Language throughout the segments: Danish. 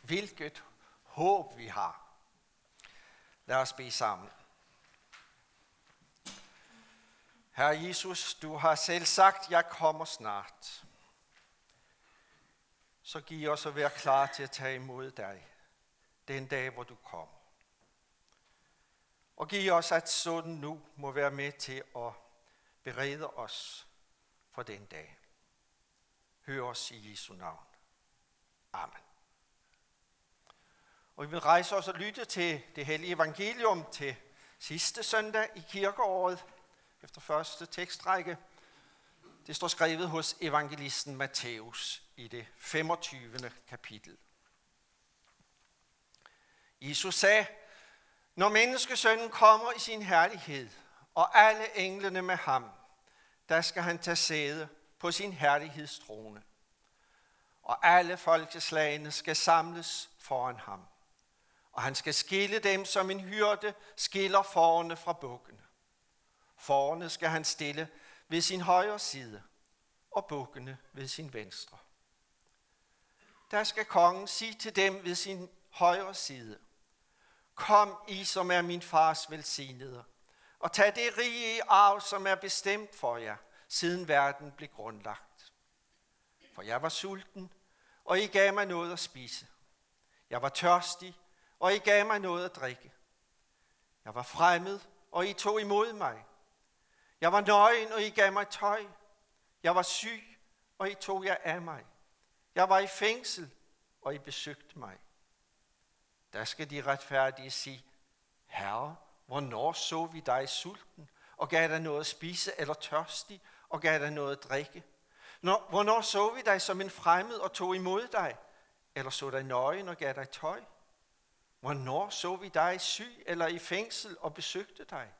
Hvilket håb vi har. Lad os bede sammen. Herre Jesus, du har selv sagt, jeg kommer snart. Så giv os at være klar til at tage imod dig den dag, hvor du kommer. Og giv os, at sådan nu må være med til at berede os for den dag. Hør os i Jesu navn. Amen. Og vi vil rejse os og lytte til det hellige evangelium til sidste søndag i kirkeåret, efter første tekstrække. Det står skrevet hos evangelisten Matthæus i det 25. kapitel. Jesus sagde, når menneskesønnen kommer i sin herlighed, og alle englene med ham, der skal han tage sæde på sin herlighedstrone. Og alle folkeslagene skal samles foran ham. Og han skal skille dem, som en hyrde skiller fårene fra bukkene. Fårene skal han stille ved sin højre side, og bukkene ved sin venstre. Der skal kongen sige til dem ved sin højre side, kom I, som er min fars velsignede, og tag det rige i arv, som er bestemt for jer, siden verden blev grundlagt. For jeg var sulten, og I gav mig noget at spise. Jeg var tørstig, og I gav mig noget at drikke. Jeg var fremmed, og I tog imod mig. Jeg var nøgen, og I gav mig tøj. Jeg var syg, og I tog jer af mig. Jeg var i fængsel, og I besøgte mig. Der skal de retfærdige sige, Herre, hvornår så vi dig sulten, og gav dig noget at spise, eller tørstig, og gav dig noget at drikke? Hvornår så vi dig som en fremmed, og tog imod dig, eller så dig nøgen, og gav dig tøj? Hvornår så vi dig syg, eller i fængsel, og besøgte dig?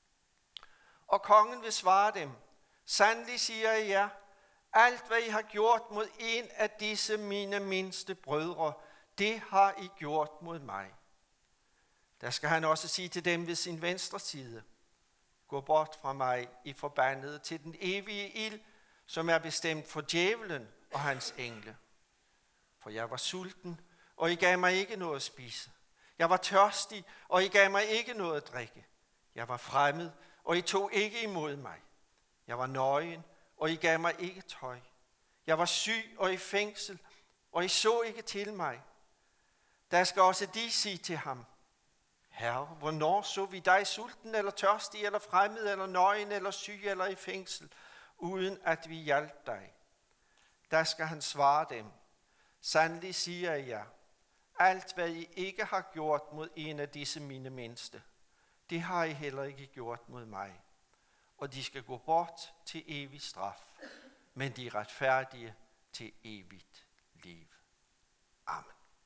Og kongen vil svare dem, sandelig siger jeg jer, alt hvad I har gjort mod en af disse mine mindste brødre, det har I gjort mod mig. Der skal han også sige til dem ved sin venstre side, gå bort fra mig, I forbandede, til den evige ild, som er bestemt for djævelen og hans engle. For jeg var sulten, og I gav mig ikke noget at spise. Jeg var tørstig, og I gav mig ikke noget at drikke. Jeg var fremmed, og I tog ikke imod mig. Jeg var nøgen, og I gav mig ikke tøj. Jeg var syg og i fængsel, og I så ikke til mig. Der skal også de sige til ham, Herre, hvornår så vi dig sulten, eller tørstig, eller fremmed, eller nøgen, eller syg, eller i fængsel, uden at vi hjalp dig? Der skal han svare dem, sandelig siger jeg jer, alt hvad I ikke har gjort mod en af disse mine mindste, det har I heller ikke gjort mod mig. Og de skal gå bort til evig straf, men de retfærdige til evigt liv. Amen.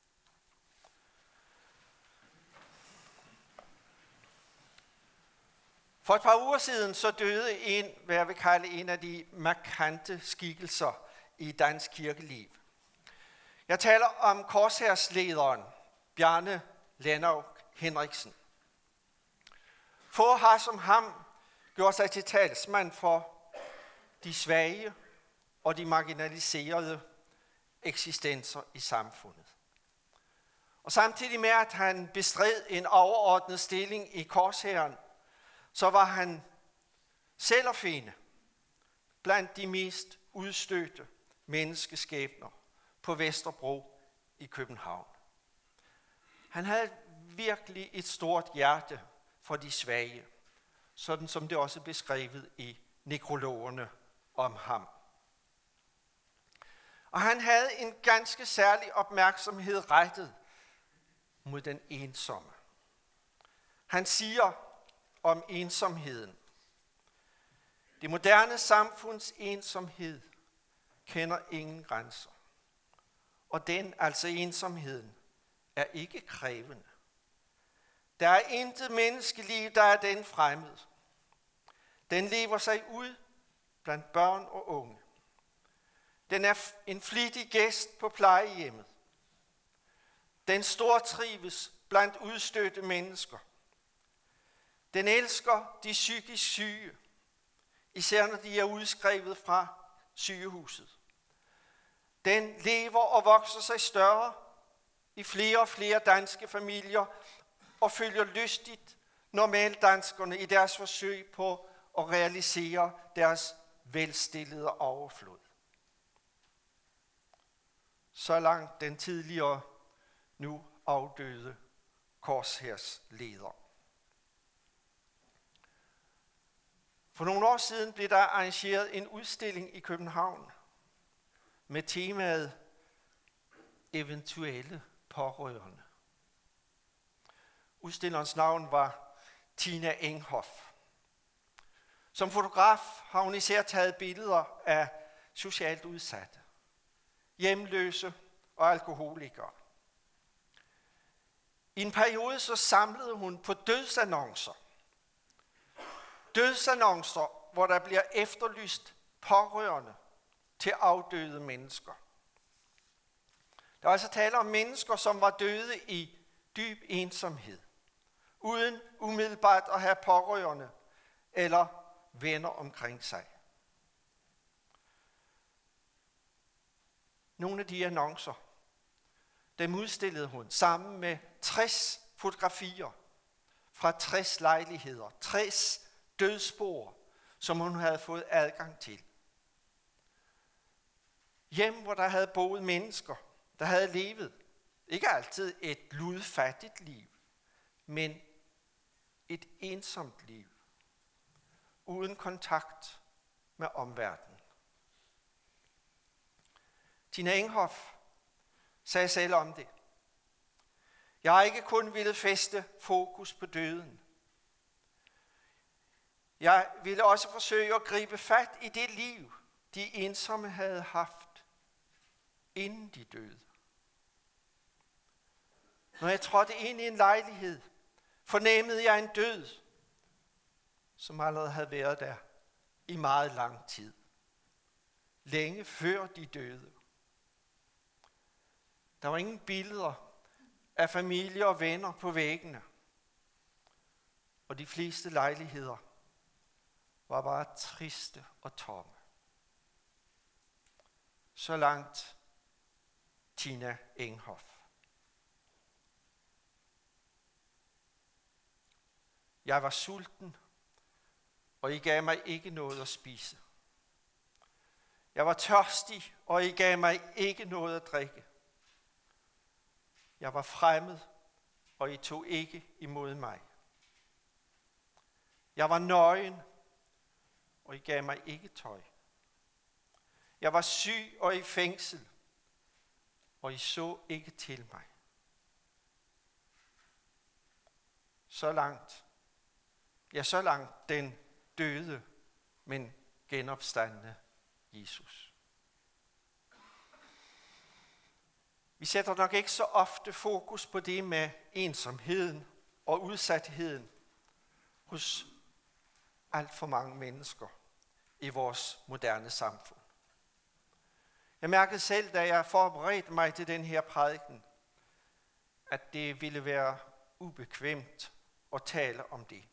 For et par uger siden så døde hvad jeg vil kalde en af de markante skikkelser i dansk kirkeliv. Jeg taler om korshærslederen Bjarne Lennox Henriksen. Få har som ham gjort sig til talsmand for de svage og de marginaliserede eksistenser i samfundet. Og samtidig med, at han bestred en overordnet stilling i korshæren, så var han selv og fine blandt de mest udstødte menneskeskæbner på Vesterbro i København. Han havde virkelig et stort hjerte for de svage, sådan som det også er beskrevet i nekrologerne om ham. Og han havde en ganske særlig opmærksomhed rettet mod den ensomme. Han siger om ensomheden, det moderne samfunds ensomhed kender ingen grænser. Og den, altså ensomheden, er ikke krævende. Der er intet menneskeliv, der er den fremmed. Den lever sig ud blandt børn og unge. Den er en flittig gæst på plejehjemmet. Den stortrives blandt udstødte mennesker. Den elsker de psykisk syge, især når de er udskrevet fra sygehuset. Den lever og vokser sig større i flere og flere danske familier og følger lystigt normaldanskerne i deres forsøg på at realisere deres velstillede overflod. Så langt den tidligere, nu afdøde korshærsleder. For nogle år siden blev der arrangeret en udstilling i København med temaet eventuelle pårørende. Udstillerens navn var Tina Enghoff. Som fotograf har hun især taget billeder af socialt udsatte, hjemløse og alkoholikere. I en periode så samlede hun på dødsannoncer. Dødsannoncer, hvor der bliver efterlyst pårørende til afdøde mennesker. Der var altså tale om mennesker, som var døde i dyb ensomhed, uden umiddelbart at have pårørende eller venner omkring sig. Nogle af de annoncer, dem udstillede hun sammen med 60 fotografier fra 60 lejligheder, 60 dødsboer, som hun havde fået adgang til. Hjem, hvor der havde boet mennesker, der havde levet, ikke altid et ludfattigt liv, men et ensomt liv, uden kontakt med omverdenen. Tina Enghoff sagde selv om det: Jeg har ikke kun ville fæste fokus på døden. Jeg ville også forsøge at gribe fat i det liv, de ensomme havde haft, inden de døde. Når jeg trådte ind i en lejlighed, fornemmede jeg en død, som allerede havde været der i meget lang tid. Længe før de døde. Der var ingen billeder af familie og venner på væggene. Og de fleste lejligheder var bare triste og tomme. Så langt Tina Enghoff. Jeg var sulten, og I gav mig ikke noget at spise. Jeg var tørstig, og I gav mig ikke noget at drikke. Jeg var fremmed, og I tog ikke imod mig. Jeg var nøgen, og I gav mig ikke tøj. Jeg var syg og i fængsel, og I så ikke til mig. Så langt den døde, men genopstandne Jesus. Vi sætter nok ikke så ofte fokus på det med ensomheden og udsatheden hos alt for mange mennesker i vores moderne samfund. Jeg mærkede selv, da jeg forberedte mig til den her prædiken, at det ville være ubekvemt at tale om det.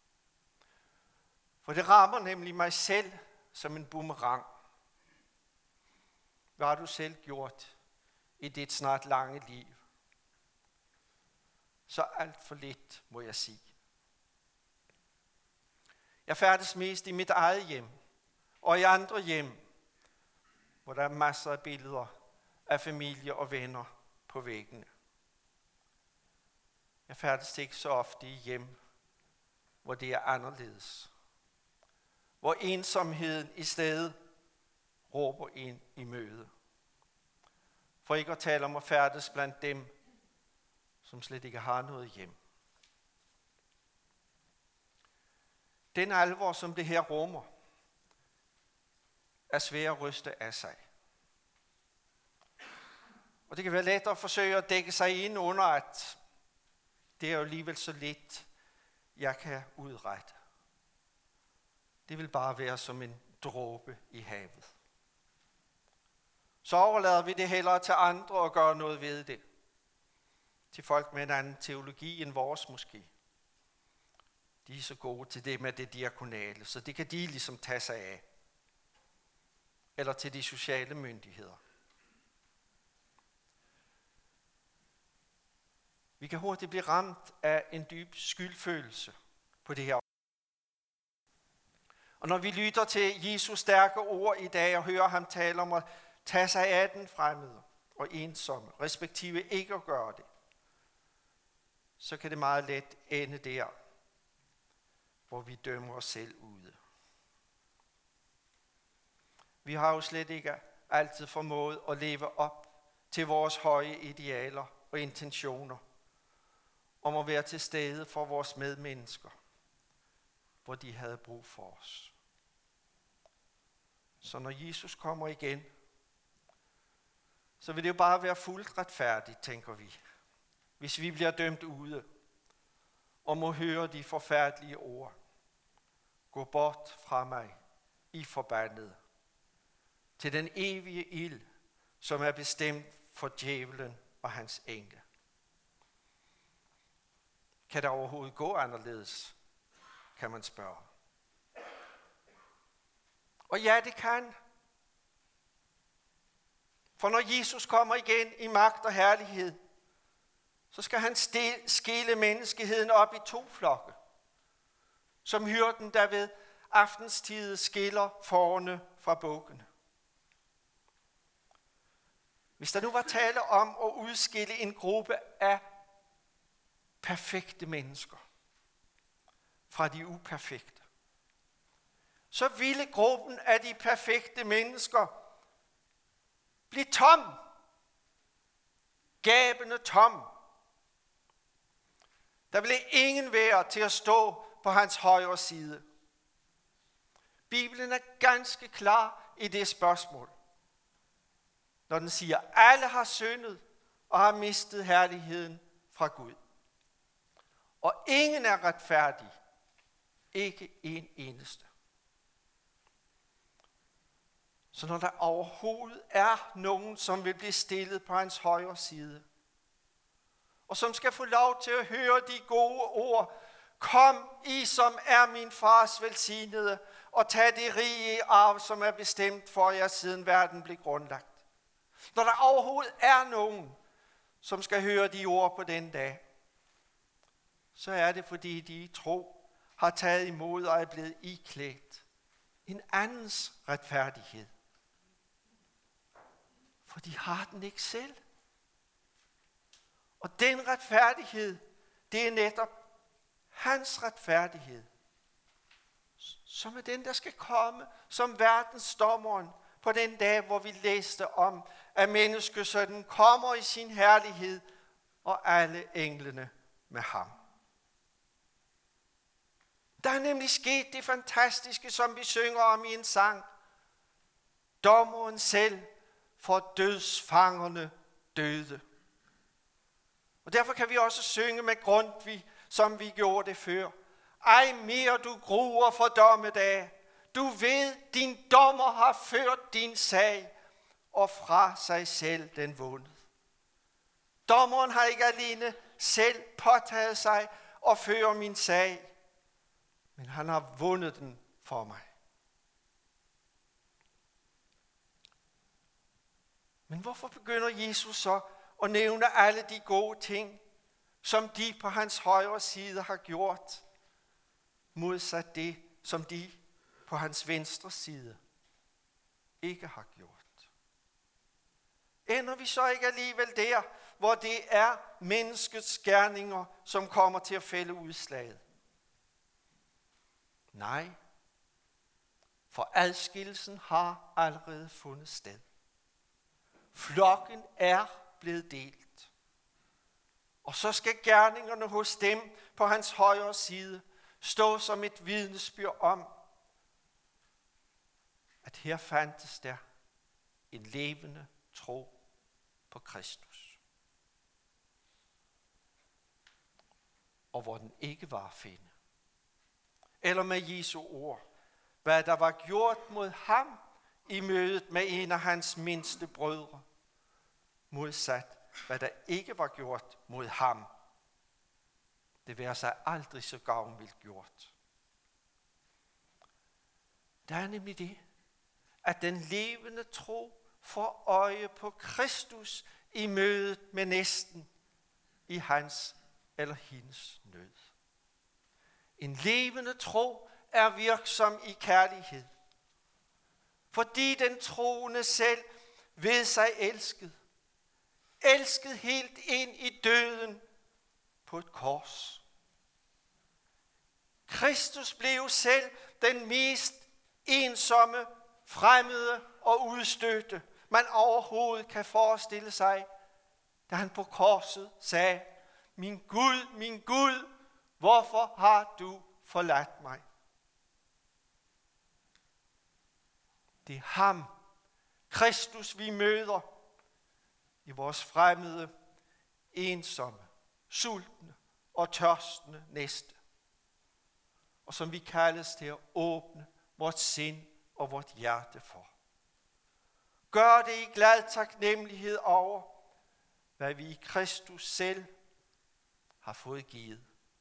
For det rammer nemlig mig selv som en boomerang. Hvad har du selv gjort i dit snart lange liv? Så alt for lidt, må jeg sige. Jeg færdes mest i mit eget hjem og i andre hjem, hvor der er masser af billeder af familie og venner på væggene. Jeg færdes ikke så ofte i hjem, hvor det er anderledes. Hvor ensomheden i stedet råber ind i møde. For ikke at tale om at færdes blandt dem, som slet ikke har noget hjem. Den alvor, som det her rummer, er svær at ryste af sig. Og det kan være let at forsøge at dække sig ind under, at det er jo alligevel så lidt, jeg kan udrette. Det vil bare være som en dråbe i havet. Så overlader vi det hellere til andre og gør noget ved det. Til folk med en anden teologi end vores måske. De er så gode til det med det diakonale, så det kan de ligesom tage sig af. Eller til de sociale myndigheder. Vi kan hurtigt blive ramt af en dyb skyldfølelse på det her. Og når vi lytter til Jesus stærke ord i dag og hører ham tale om at tage sig af den fremmede og ensomme, respektive ikke at gøre det, så kan det meget let ende der, hvor vi dømmer os selv ude. Vi har jo slet ikke altid formået at leve op til vores høje idealer og intentioner om at være til stede for vores medmennesker, hvor de havde brug for os. Så når Jesus kommer igen, så vil det jo bare være fuldt retfærdigt, tænker vi, hvis vi bliver dømt ude og må høre de forfærdelige ord. Gå bort fra mig, I forbandede, til den evige ild, som er bestemt for djævelen og hans engle. Kan det overhovedet gå anderledes, kan man spørge. Og ja, det kan. For når Jesus kommer igen i magt og herlighed, så skal han skille menneskeheden op i 2 flokke. Som hyrden, der ved aftenstid skiller fårene fra bukkene. Hvis der nu var tale om at udskille en gruppe af perfekte mennesker fra de uperfekte, så ville gruppen af de perfekte mennesker blive tom. Gabende tom. Der ville ingen være til at stå på hans højre side. Bibelen er ganske klar i det spørgsmål, når den siger, at alle har syndet og har mistet herligheden fra Gud. Og ingen er retfærdig. Ikke en eneste. Så når der overhovedet er nogen, som vil blive stillet på hans højre side, og som skal få lov til at høre de gode ord, kom I, som er min fars velsignede, og tag det rige arv, som er bestemt for jer, siden verden blev grundlagt. Når der overhovedet er nogen, som skal høre de ord på den dag, så er det, fordi de i tro har taget imod og er blevet iklædt en andens retfærdighed. For de har den ikke selv. Og den retfærdighed, det er netop hans retfærdighed, som er den, der skal komme som verdensdommeren på den dag, hvor vi læste om, at menneskesønnen kommer i sin herlighed, og alle englene med ham. Der er nemlig sket det fantastiske, som vi synger om i en sang. Dommeren selv for dødsfangerne døde. Og derfor kan vi også synge med Grundtvig, som vi gjorde det før. Ej mere du gruer for dommedag. Du ved, din dommer har ført din sag, og fra sig selv den vundet. Dommeren har ikke alene selv påtaget sig og føre min sag, men han har vundet den for mig. Men hvorfor begynder Jesus så at nævne alle de gode ting, som de på hans højre side har gjort, modsat det, som de på hans venstre side ikke har gjort? Ender vi så ikke alligevel der, hvor det er menneskets gerninger, som kommer til at fælde udslaget? Nej, for adskillelsen har allerede fundet sted. Flokken er blevet delt. Og så skal gerningerne hos dem på hans højre side stå som et vidnesbyrd om, at her fandtes der en levende tro på Kristus. Og hvor den ikke var at finde. Eller med Jesu ord, hvad der var gjort mod ham i mødet med en af hans mindste brødre, modsat hvad der ikke var gjort mod ham. Det vil sig aldrig så gavnvildt gjort. Der er nemlig det, at den levende tro får øje på Kristus i mødet med næsten, i hans eller hendes nød. En levende tro er virksom i kærlighed, fordi den troende selv ved sig elsket. Elsket helt ind i døden på et kors. Kristus blev selv den mest ensomme, fremmede og udstødte, man overhovedet kan forestille sig, da han på korset sagde, min Gud, hvorfor har du forladt mig? Det er ham, Kristus, vi møder i vores fremmede, ensomme, sultne og tørstende næste. Og som vi kaldes til at åbne vort sind og vort hjerte for. Gør det i glad taknemmelighed over, hvad vi i Kristus selv har fået givet.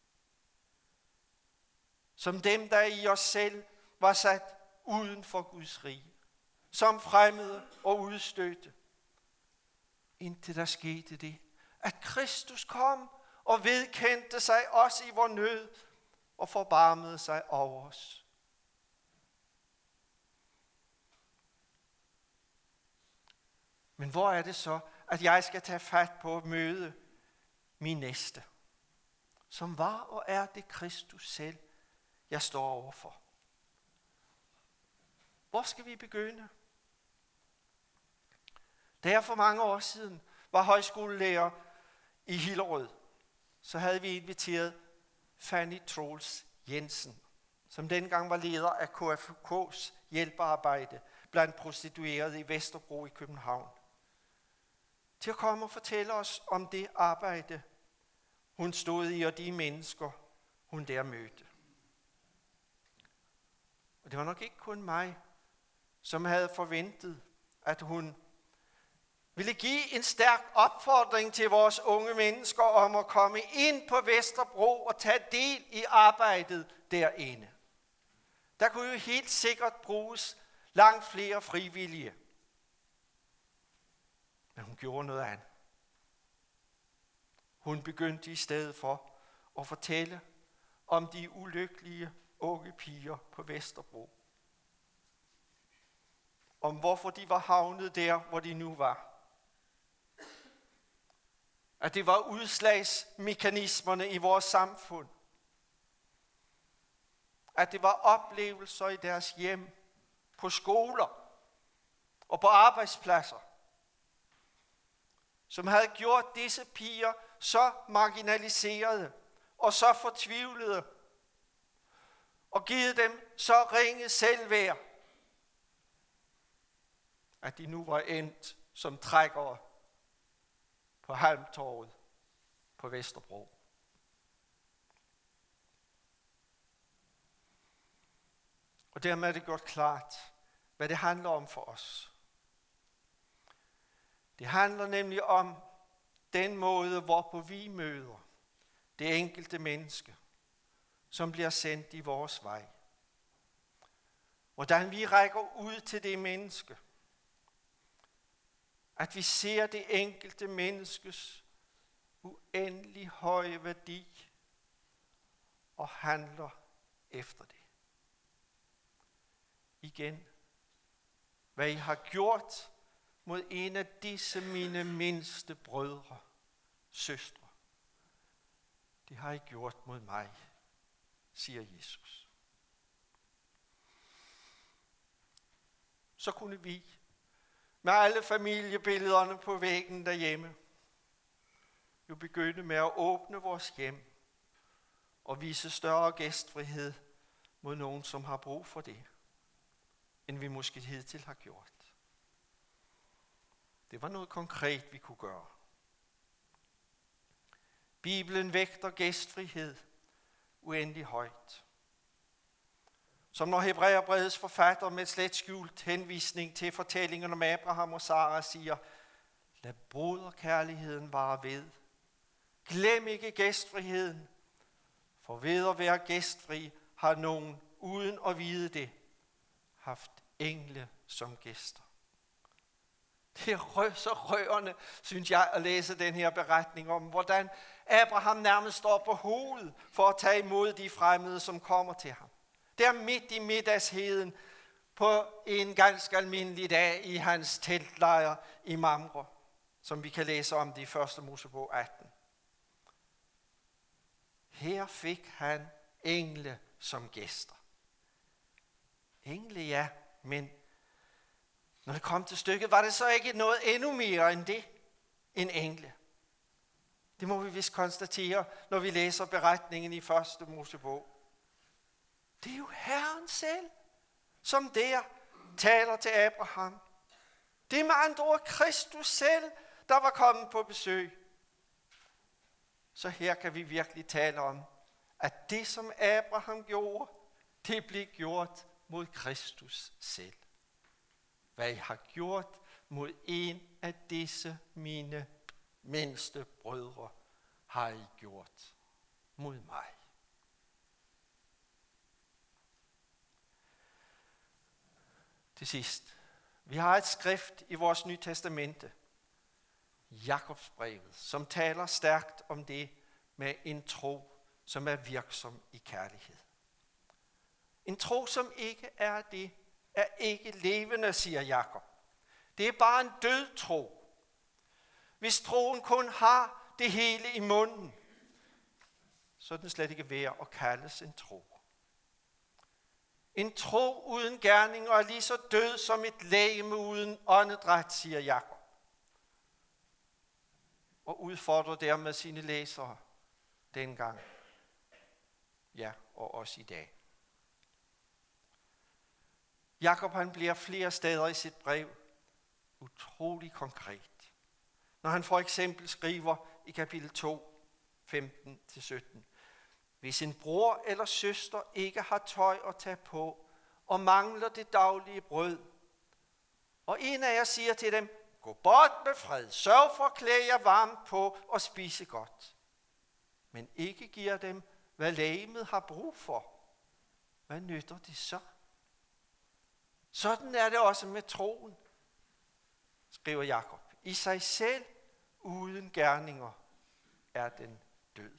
Som dem, der i os selv var sat uden for Guds rige. Som fremmede og udstødte. Indtil der skete det, at Kristus kom og vedkendte sig os i vor nød og forbarmede sig over os. Men hvor er det så, at jeg skal tage fat på at møde min næste, som var og er det Kristus selv, jeg står overfor? Hvor skal vi begynde? Da jeg for mange år siden var højskolelærer i Hillerød, så havde vi inviteret Fanny Troels Jensen, som dengang var leder af KFK's hjælpearbejde blandt prostituerede i Vesterbro i København, til at komme og fortælle os om det arbejde, hun stod i, og de mennesker, hun der mødte. Og det var nok ikke kun mig, som havde forventet, at hun ville give en stærk opfordring til vores unge mennesker om at komme ind på Vesterbro og tage del i arbejdet derinde. Der kunne jo helt sikkert bruges langt flere frivillige. Men hun gjorde noget andet. Hun begyndte i stedet for at fortælle om de ulykkelige unge piger på Vesterbro. Om hvorfor de var havnet der, hvor de nu var. At det var udslagsmekanismerne i vores samfund. At det var oplevelser i deres hjem, på skoler og på arbejdspladser, som havde gjort disse piger så marginaliserede og så fortvivlede, og givet dem så ringe selvværd, at de nu var endt som trækkere på Halmtorvet på Vesterbro. Og dermed er det gjort klart, hvad det handler om for os. Det handler nemlig om den måde, hvorpå vi møder det enkelte menneske, som bliver sendt i vores vej. Hvordan vi rækker ud til det menneske. At vi ser det enkelte menneskes uendelig høje værdi og handler efter det. Igen, hvad I har gjort mod en af disse mine mindste brødre, søstre, det har I gjort mod mig, siger Jesus. Så kunne vi med alle familiebillederne på væggen derhjemme jo begynde med at åbne vores hjem og vise større gæstfrihed mod nogen, som har brug for det, end vi måske hidtil har gjort. Det var noget konkret, vi kunne gøre. Bibelen vægter gæstfrihed uendelig højt. Som når Hebræerbrevets forfatter med slet skjult henvisning til fortællingen om Abraham og Sara siger, lad broderkærligheden vare ved. Glem ikke gæstfriheden, for ved at være gæstfri har nogen uden at vide det haft engle som gæster. Det er så rørende, synes jeg, at læse den her beretning om, hvordan Abraham nærmest står på hovedet for at tage imod de fremmede, som kommer til ham. Der midt i middagsheden på en ganske almindelig dag i hans teltlejr i Mamre, som vi kan læse om det i 1. Mosebog 18. Her fik han engle som gæster. Engle, ja, men når det kom til stykket, var det så ikke noget endnu mere end det, en engle. Det må vi vist konstatere, når vi læser beretningen i 1. Mosebog. Det er jo Herren selv, som der taler til Abraham. Det er med andre ord Kristus selv, der var kommet på besøg. Så her kan vi virkelig tale om, at det som Abraham gjorde, det blev gjort mod Kristus selv. Hvad I har gjort mod en af disse mine mindste brødre, har I gjort mod mig. Til sidst. Vi har et skrift i vores Nye Testamente, Jakobsbrevet, som taler stærkt om det med en tro, som er virksom i kærlighed. En tro, som ikke er det, er ikke levende, siger Jakob. Det er bare en død tro. Hvis troen kun har det hele i munden, så er den slet ikke værd at kaldes en tro. En tro uden gerninger er lige så død som et legeme uden åndedræt, siger Jakob. Og udfordrer dermed sine læsere dengang. Ja, og også i dag. Jakob han bliver flere steder i sit brev utrolig konkret. Når han for eksempel skriver i kapitel 2, 15-17. Hvis en bror eller søster ikke har tøj at tage på, og mangler det daglige brød, og en af jer siger til dem, gå bort med fred, sørg for at klæde jer varmt på og spise godt, men ikke giver dem, hvad legemet har brug for, hvad nytter det så? Sådan er det også med troen, skriver Jakob. I sig selv, uden gerninger, er den død.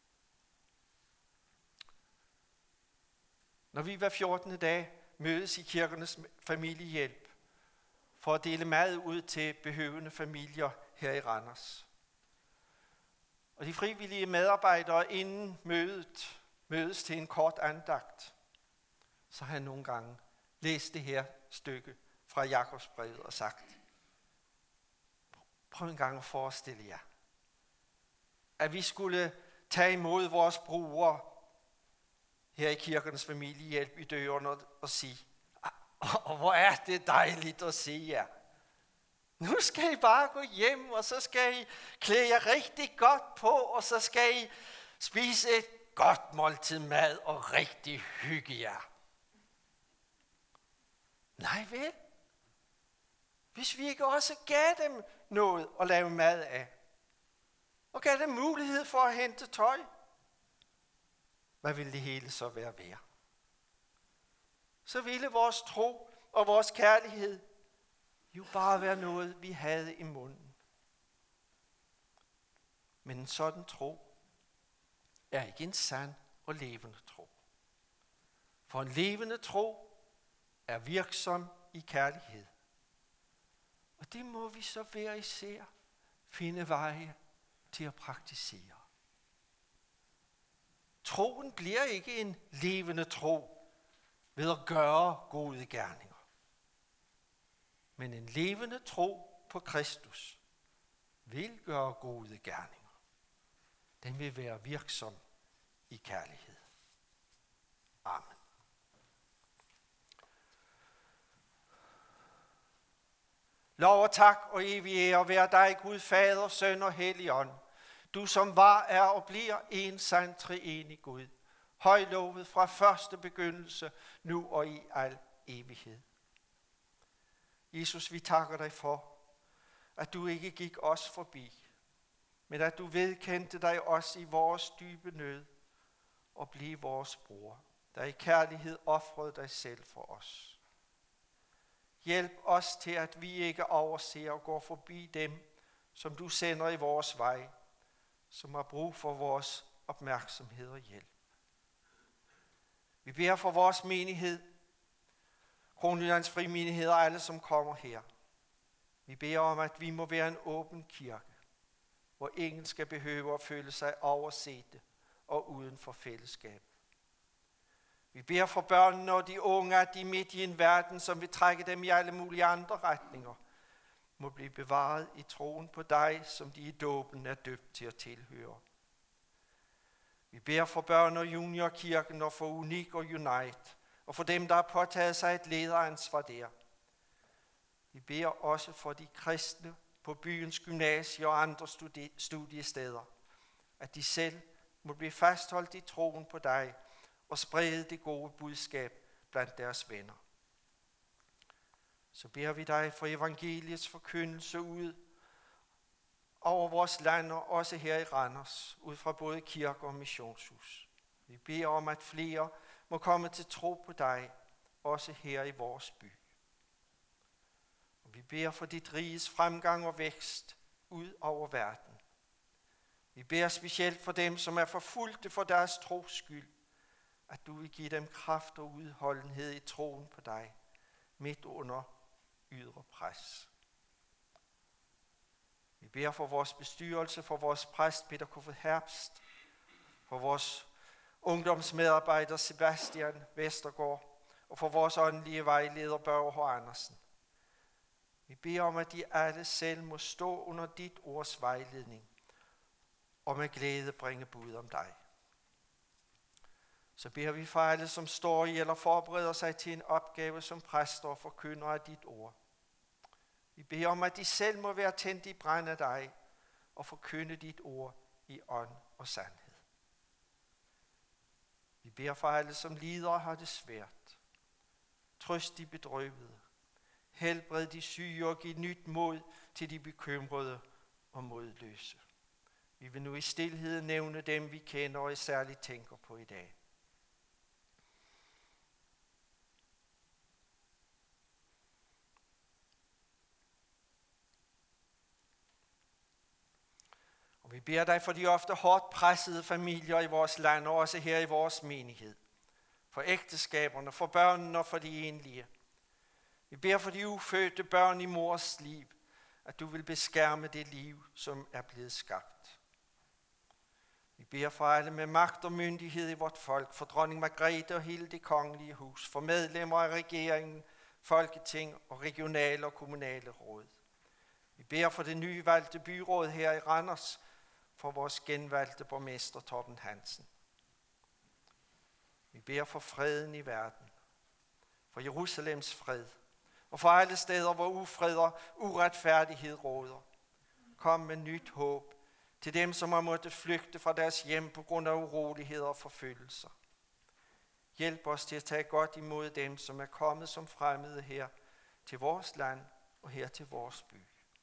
Når vi hver 14. dag mødes i kirkernes familiehjælp for at dele mad ud til behøvende familier her i Randers. Og de frivillige medarbejdere inden mødes til en kort andagt, så har jeg nogle gange læst det her stykke fra Jakobsbrevet og sagt, prøv en gang at forestille jer, at vi skulle tage imod vores brugere her i kirkernes familiehjælp i døren og sige, og hvor er det dejligt at se jer. Nu skal I bare gå hjem, og så skal I klæde jer rigtig godt på, og så skal I spise et godt måltid mad og rigtig hygge jer. Nej vel? Hvis vi ikke også gav dem noget at lave mad af, og gav dem mulighed for at hente tøj, hvad ville det hele så være værd? Så ville vores tro og vores kærlighed jo bare være noget, vi havde i munden. Men en sådan tro er ikke en sand og levende tro. For en levende tro er virksom i kærlighed. Og det må vi så hver især finde veje til at praktisere. Troen bliver ikke en levende tro ved at gøre gode gerninger. Men en levende tro på Kristus vil gøre gode gerninger. Den vil være virksom i kærlighed. Amen. Lov og tak og evig ære være dig, Gud, Fader, Søn og Helligånd. Du som var, er og bliver en sand treenig Gud. Højlovet fra første begyndelse, nu og i al evighed. Jesus, vi takker dig for, at du ikke gik os forbi, men at du vedkendte dig os i vores dybe nød og blev vores bror, der i kærlighed ofrede dig selv for os. Hjælp os til, at vi ikke overser og går forbi dem, som du sender i vores vej, som har brug for vores opmærksomhed og hjælp. Vi beder for vores menighed, Kronjyllands Frimenighed og alle, som kommer her. Vi beder om, at vi må være en åben kirke, hvor ingen skal behøve at føle sig overset og uden for fællesskab. Vi beder for børnene og de unge, at de midt i en verden, som vil trække dem i alle mulige andre retninger, må blive bevaret i troen på dig, som de i dåben er døbt til at tilhøre. Vi beder for børn- og juniorkirken og for Unik og Unite, og for dem, der har påtaget sig et lederansvar der. Vi beder også for de kristne på byens gymnasie og andre studiesteder, at de selv må blive fastholdt i troen på dig og sprede det gode budskab blandt deres venner. Så beder vi dig for evangeliets forkyndelse ud over vores land og også her i Randers, ud fra både kirke og missionshus. Vi beder om, at flere må komme til tro på dig, også her i vores by. Og vi beder for dit riges fremgang og vækst ud over verden. Vi beder specielt for dem, som er forfulgte for deres tros skyld, at du vil give dem kraft og udholdenhed i troen på dig, midt under ydre pres. Vi beder for vores bestyrelse, for vores præst Peter Kofod Herbst, for vores ungdomsmedarbejder Sebastian Vestergaard og for vores åndelige vejleder Børge H. Andersen. Vi beder om, at de alle selv må stå under dit ords vejledning og med glæde bringe bud om dig. Så beder vi for alle, som står i eller forbereder sig til en opgave som præster og forkynder af dit ord. Vi beder om, at de selv må være tændt i brand af dig og forkynde dit ord i ånd og sandhed. Vi beder for alle, som lider og har det svært. Trøst de bedrøvede. Helbred de syge og giv nyt mod til de bekymrede og modløse. Vi vil nu i stilhed nævne dem, vi kender og særligt tænker på i dag. Og vi beder dig for de ofte hårdt pressede familier i vores land og også her i vores menighed. For ægteskaberne, for børnene og for de enlige. Vi beder for de ufødte børn i mors liv, at du vil beskærme det liv, som er blevet skabt. Vi beder for alle med magt og myndighed i vort folk, for dronning Margrethe og hele det kongelige hus, for medlemmer af regeringen, folketing og regionale og kommunale råd. Vi beder for det nyvalgte byråd her i Randers, for vores genvalgte borgmester Torben Hansen. Vi beder for freden i verden, for Jerusalems fred, og for alle steder, hvor ufred og uretfærdighed råder. Kom med nyt håb til dem, som har måttet flygte fra deres hjem på grund af uroligheder og forfølgelser. Hjælp os til at tage godt imod dem, som er kommet som fremmede her til vores land og her til vores by.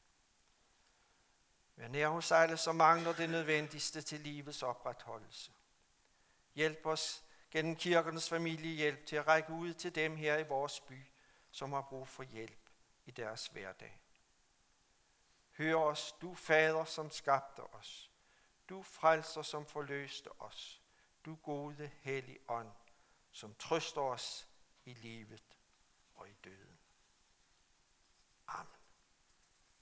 Vær nær hos alle, som mangler det nødvendigste til livets opretholdelse. Hjælp os gennem kirkernes familiehjælp til at række ud til dem her i vores by, som har brug for hjælp i deres hverdag. Hør os, du Fader, som skabte os. Du Frelser, som forløste os. Du gode, hellige ånd, som trøster os i livet og i døden. Amen.